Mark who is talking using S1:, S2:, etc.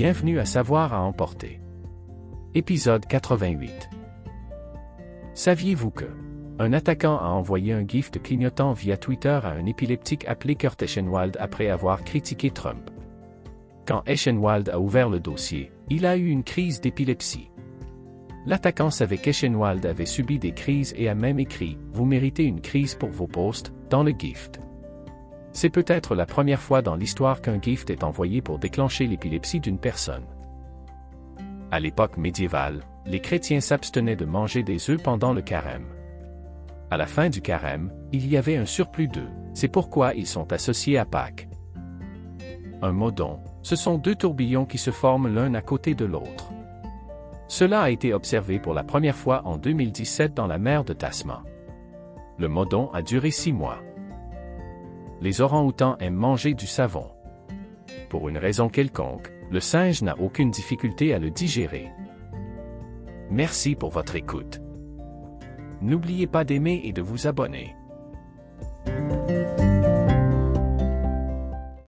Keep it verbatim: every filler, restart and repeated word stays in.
S1: Bienvenue à Savoir à emporter. Épisode quatre-vingt-huit. Saviez-vous que un attaquant a envoyé un gift clignotant via Twitter à un épileptique appelé Kurt Eschenwald après avoir critiqué Trump? Quand Eschenwald a ouvert le dossier, il a eu une crise d'épilepsie. L'attaquant savait qu'Eschenwald avait subi des crises et a même écrit « Vous méritez une crise pour vos posts » dans le gift. C'est peut-être la première fois dans l'histoire qu'un gift est envoyé pour déclencher l'épilepsie d'une personne. À l'époque médiévale, les chrétiens s'abstenaient de manger des œufs pendant le carême. À la fin du carême, il y avait un surplus d'œufs, c'est pourquoi ils sont associés à Pâques. Un modon, ce sont deux tourbillons qui se forment l'un à côté de l'autre. Cela a été observé pour la première fois en deux mille dix-sept dans la mer de Tasman. Le modon a duré six mois. Les orang-outans aiment manger du savon. Pour une raison quelconque, le singe n'a aucune difficulté à le digérer. Merci pour votre écoute. N'oubliez pas d'aimer et de vous abonner.